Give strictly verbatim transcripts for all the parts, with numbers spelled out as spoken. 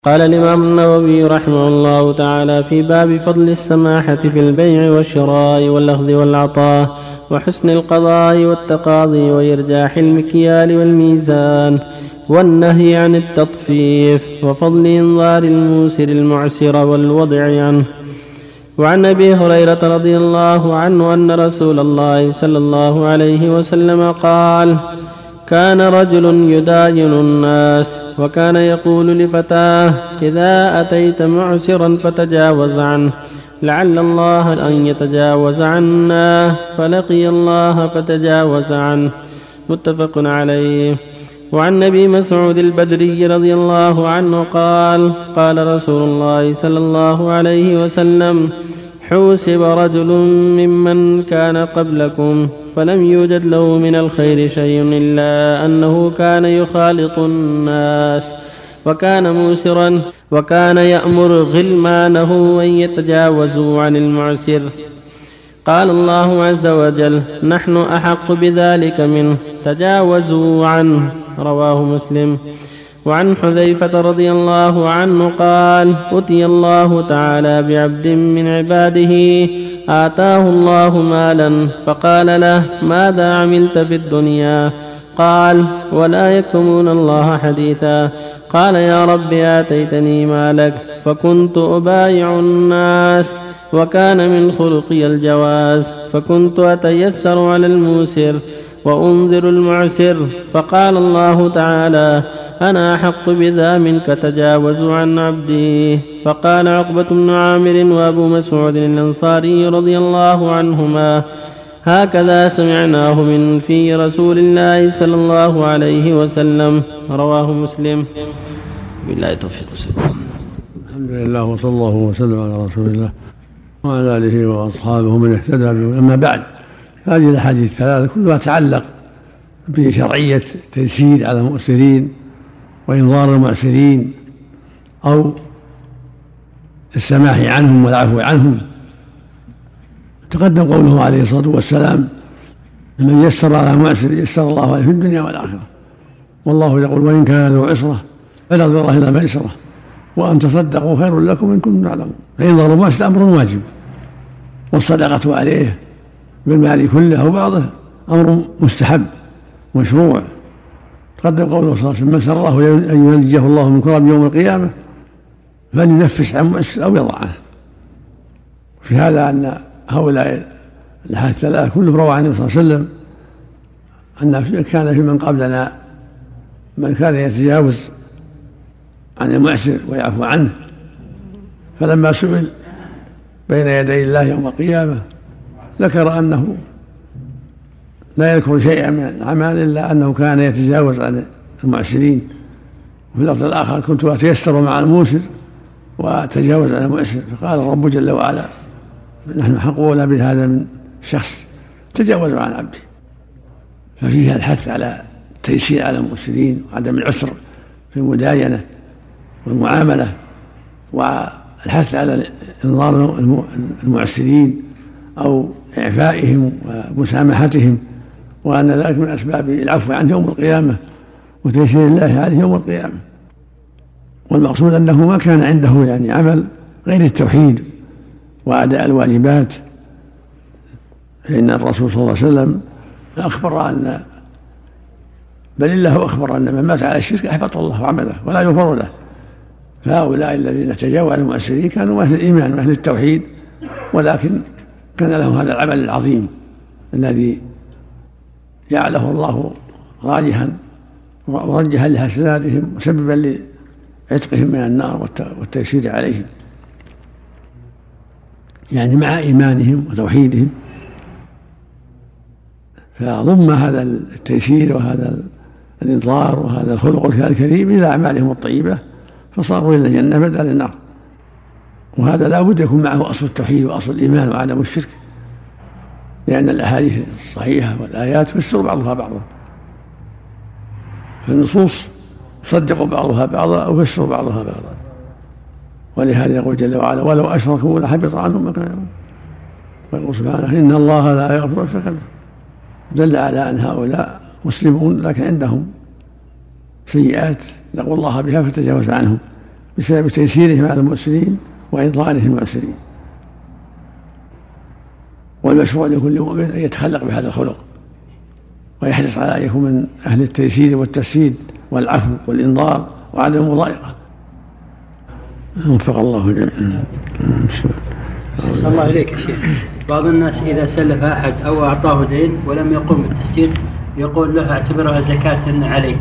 قال الإمام النووي رحمه الله تعالى في باب فضل السماحة في البيع والشراء والأخذ والعطاء وحسن القضاء والتقاضي وإرجاح المكيال والميزان والنهي عن التطفيف وفضل إنظار الموسر المعسر والوضع عنه. وعن أبي هريرة رضي الله عنه أن رسول الله صلى الله عليه وسلم قال: كان رجل يداين الناس وكان يقول لفتاه: إذا أتيت معسرا فتجاوز عنه لعل الله أن يتجاوز عنا، فلقي الله فتجاوز عنه. متفق عليه. وعن أبي مسعود البدري رضي الله عنه قال: قال رسول الله صلى الله عليه وسلم: حوسب رجل ممن كان قبلكم فلم يوجد له من الخير شيء إلا أنه كان يخالط الناس وكان موسرا وكان يأمر غلمانه أن يتجاوزوا عن المعسر. قال الله عز وجل: نحن أحق بذلك منه، تجاوزوا عنه. رواه مسلم. وعن حذيفة رضي الله عنه قال: أتي الله تعالى بعبد من عباده آتاه الله مالا فقال له: ماذا عملت في الدنيا؟ قال: ولا يكتمون الله حديثا. قال: يا رب آتيتني مالك فكنت أبايع الناس وكان من خلقي الجواز، فكنت أتيسر على الموسر وأنذر المعسر. فقال الله تعالى: أنا أحق بذا منك، تجاوز عن عبدي. فقال عقبة بن عامر وأبو مسعود الأنصاري رضي الله عنهما: هكذا سمعناه من في رسول الله صلى الله عليه وسلم. رواه مسلم. بالله توفيق. الحمد لله وصلى الله وسلم على رسول الله وعلى آله وأصحابه من اهتدى به. أما بعد، هذه الأحاديث الثلاثة كلها تتعلق بشرعية التيسير على المؤسرين وإنظار المعسرين أو السماح عنهم والعفو عنهم. تقدم قوله عليه الصلاة والسلام: من يسر على معسر يسر الله عليه في الدنيا والآخرة. والله يقول: وإن كان ذو عسرة فنظرة إلى ميسرة وأن تصدقوا خير لكم إن كنتم تعلمون. فإنظار المعسر أمر واجب، والصدقة عليه بالمال كله أو بعضه أمر مستحب مشروع. تقدم قوله صلى الله عليه وسلم: من سره أن ينجيه الله من كرب يوم القيامة فلينفس عن مؤسر أو يضع عنه. في هذا أن هؤلاء الأحاديث الثلاثة كله روى عنه صلى الله عليه وسلم أن كان في من قبلنا من كان يتجاوز عن المعسر ويعفو عنه، فلما سئل بين يدي الله يوم القيامة ذكر أنه لا يذكر شيئا من العمل إلا أنه كان يتجاوز عن المعسرين. وفي اللفظ الآخر: كنت أتيسر مع الموسر وأتجاوز عن المعسر. فقال الرب جل وعلا: نحن حق ولا بهذا من شخص تجاوز عن عبده. ففيها الحث على التيسير على المؤسرين وعدم العسر في المداينة والمعاملة، والحث على إنظار المعسرين أو إعفائهم ومسامحتهم، وأن ذلك من أسباب العفو عنه يوم القيامة وتيسير الله عليه يوم القيامة. والمقصود أنه ما كان عنده يعني عمل غير التوحيد وأداء الواجبات، فإن الرسول صلى الله عليه وسلم أخبر أن بل الله أخبر أن من مات على الشرك أحبط الله عمله ولا يغفر له. فهؤلاء الذين تجاوزوا عن المؤسرين كانوا أهل الإيمان وأهل التوحيد، ولكن كان لهم هذا العمل العظيم الذي جعله الله راجحا ورجحا لحسناتهم وسببا لعتقهم من النار والتيسير عليهم، يعني مع إيمانهم وتوحيدهم. فضم هذا التيسير وهذا الإنظار وهذا الخلق الكريم إلى أعمالهم الطيبة، فصاروا إلى الجنة بدل النار. وهذا لا بد يكون معه أصل التوحيد وأصل الإيمان وعدم الشرك، لأن الأحاديث الصحيحة والآيات تفسر بعضها بعضا، فالنصوص تصدق بعضها بعضا أو تفسر بعضها بعضا. ولهذا يقول جل وعلا: ولو أشركوا لحبط عنهم ما كانوا يعملون. ويقول سبحانه: إن الله لا يغفر الشرك به. دل على أن هؤلاء مسلمون لكن عندهم سيئات نقول الله بها فتجاوز عنهم بسبب تيسيرهم على المؤسرين وإنظارهم المؤسرين. والمشروع لكل مؤمن أن يتخلق بهذا الخلق ويحرص على أن يكون من أهل التيسير والتسديد والعفو والإنظار وعدم المضايقة. وفق الله جميعا. صلى الله عليك يا شيخ. بعض الناس إذا سلف أحد أو أعطاه دين ولم يقوم بالتسديد يقول له اعتبرها زكاة عليه.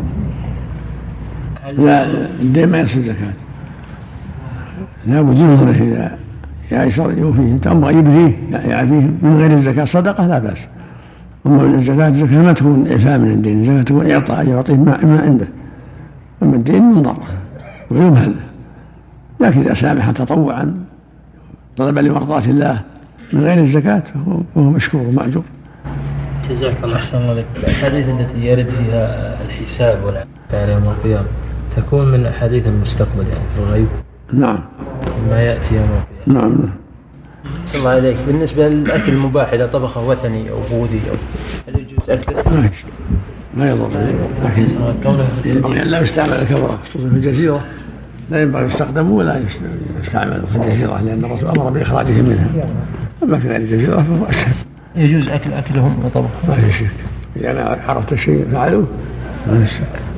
لا، الدين ما يصير زكاة، لا بد ينظر إذا يعيشر يوفيهم تأمر يبذيه يعفيهم من غير الزكاة صدقة لا بأس. أما الزكاة الزكاة ما تكون إعفاء من الدين، الزكاة تكون إعطاء يعطيه ما عنده. أما الدين ينظر ويمهل، لكن إذا سامح تطوعا طلبا لمرضاة الله من غير الزكاة فهو مشكور ومأجور. جزاك الله. أحسن الله عليك. الأحاديث التي يرد فيها الحساب والعذاب يوم القيامة تكون من أحاديث المستقبل يعني في الغيب؟ نعم. ما يأتي يوم القيامة. نعم. أحسن الله عليك. بالنسبة للأكل المباح إذا طبخه وثني أو بوذي أو هل يجوز أكله؟ ما يضر، لكن ينبغي أن لا يستعمل الكبرى خصوصا في الجزيرة، لا ينبغي يستخدم ولا يستعمل في الجزيرة لأن الرسول أمر بإخراجهم منها. أما في غير الجزيرة فهو أسهل. يجوز أكل أكلهم وطبخهم؟ ما في شك، إذا ما عرفت الشيء فعلوه ما في شك.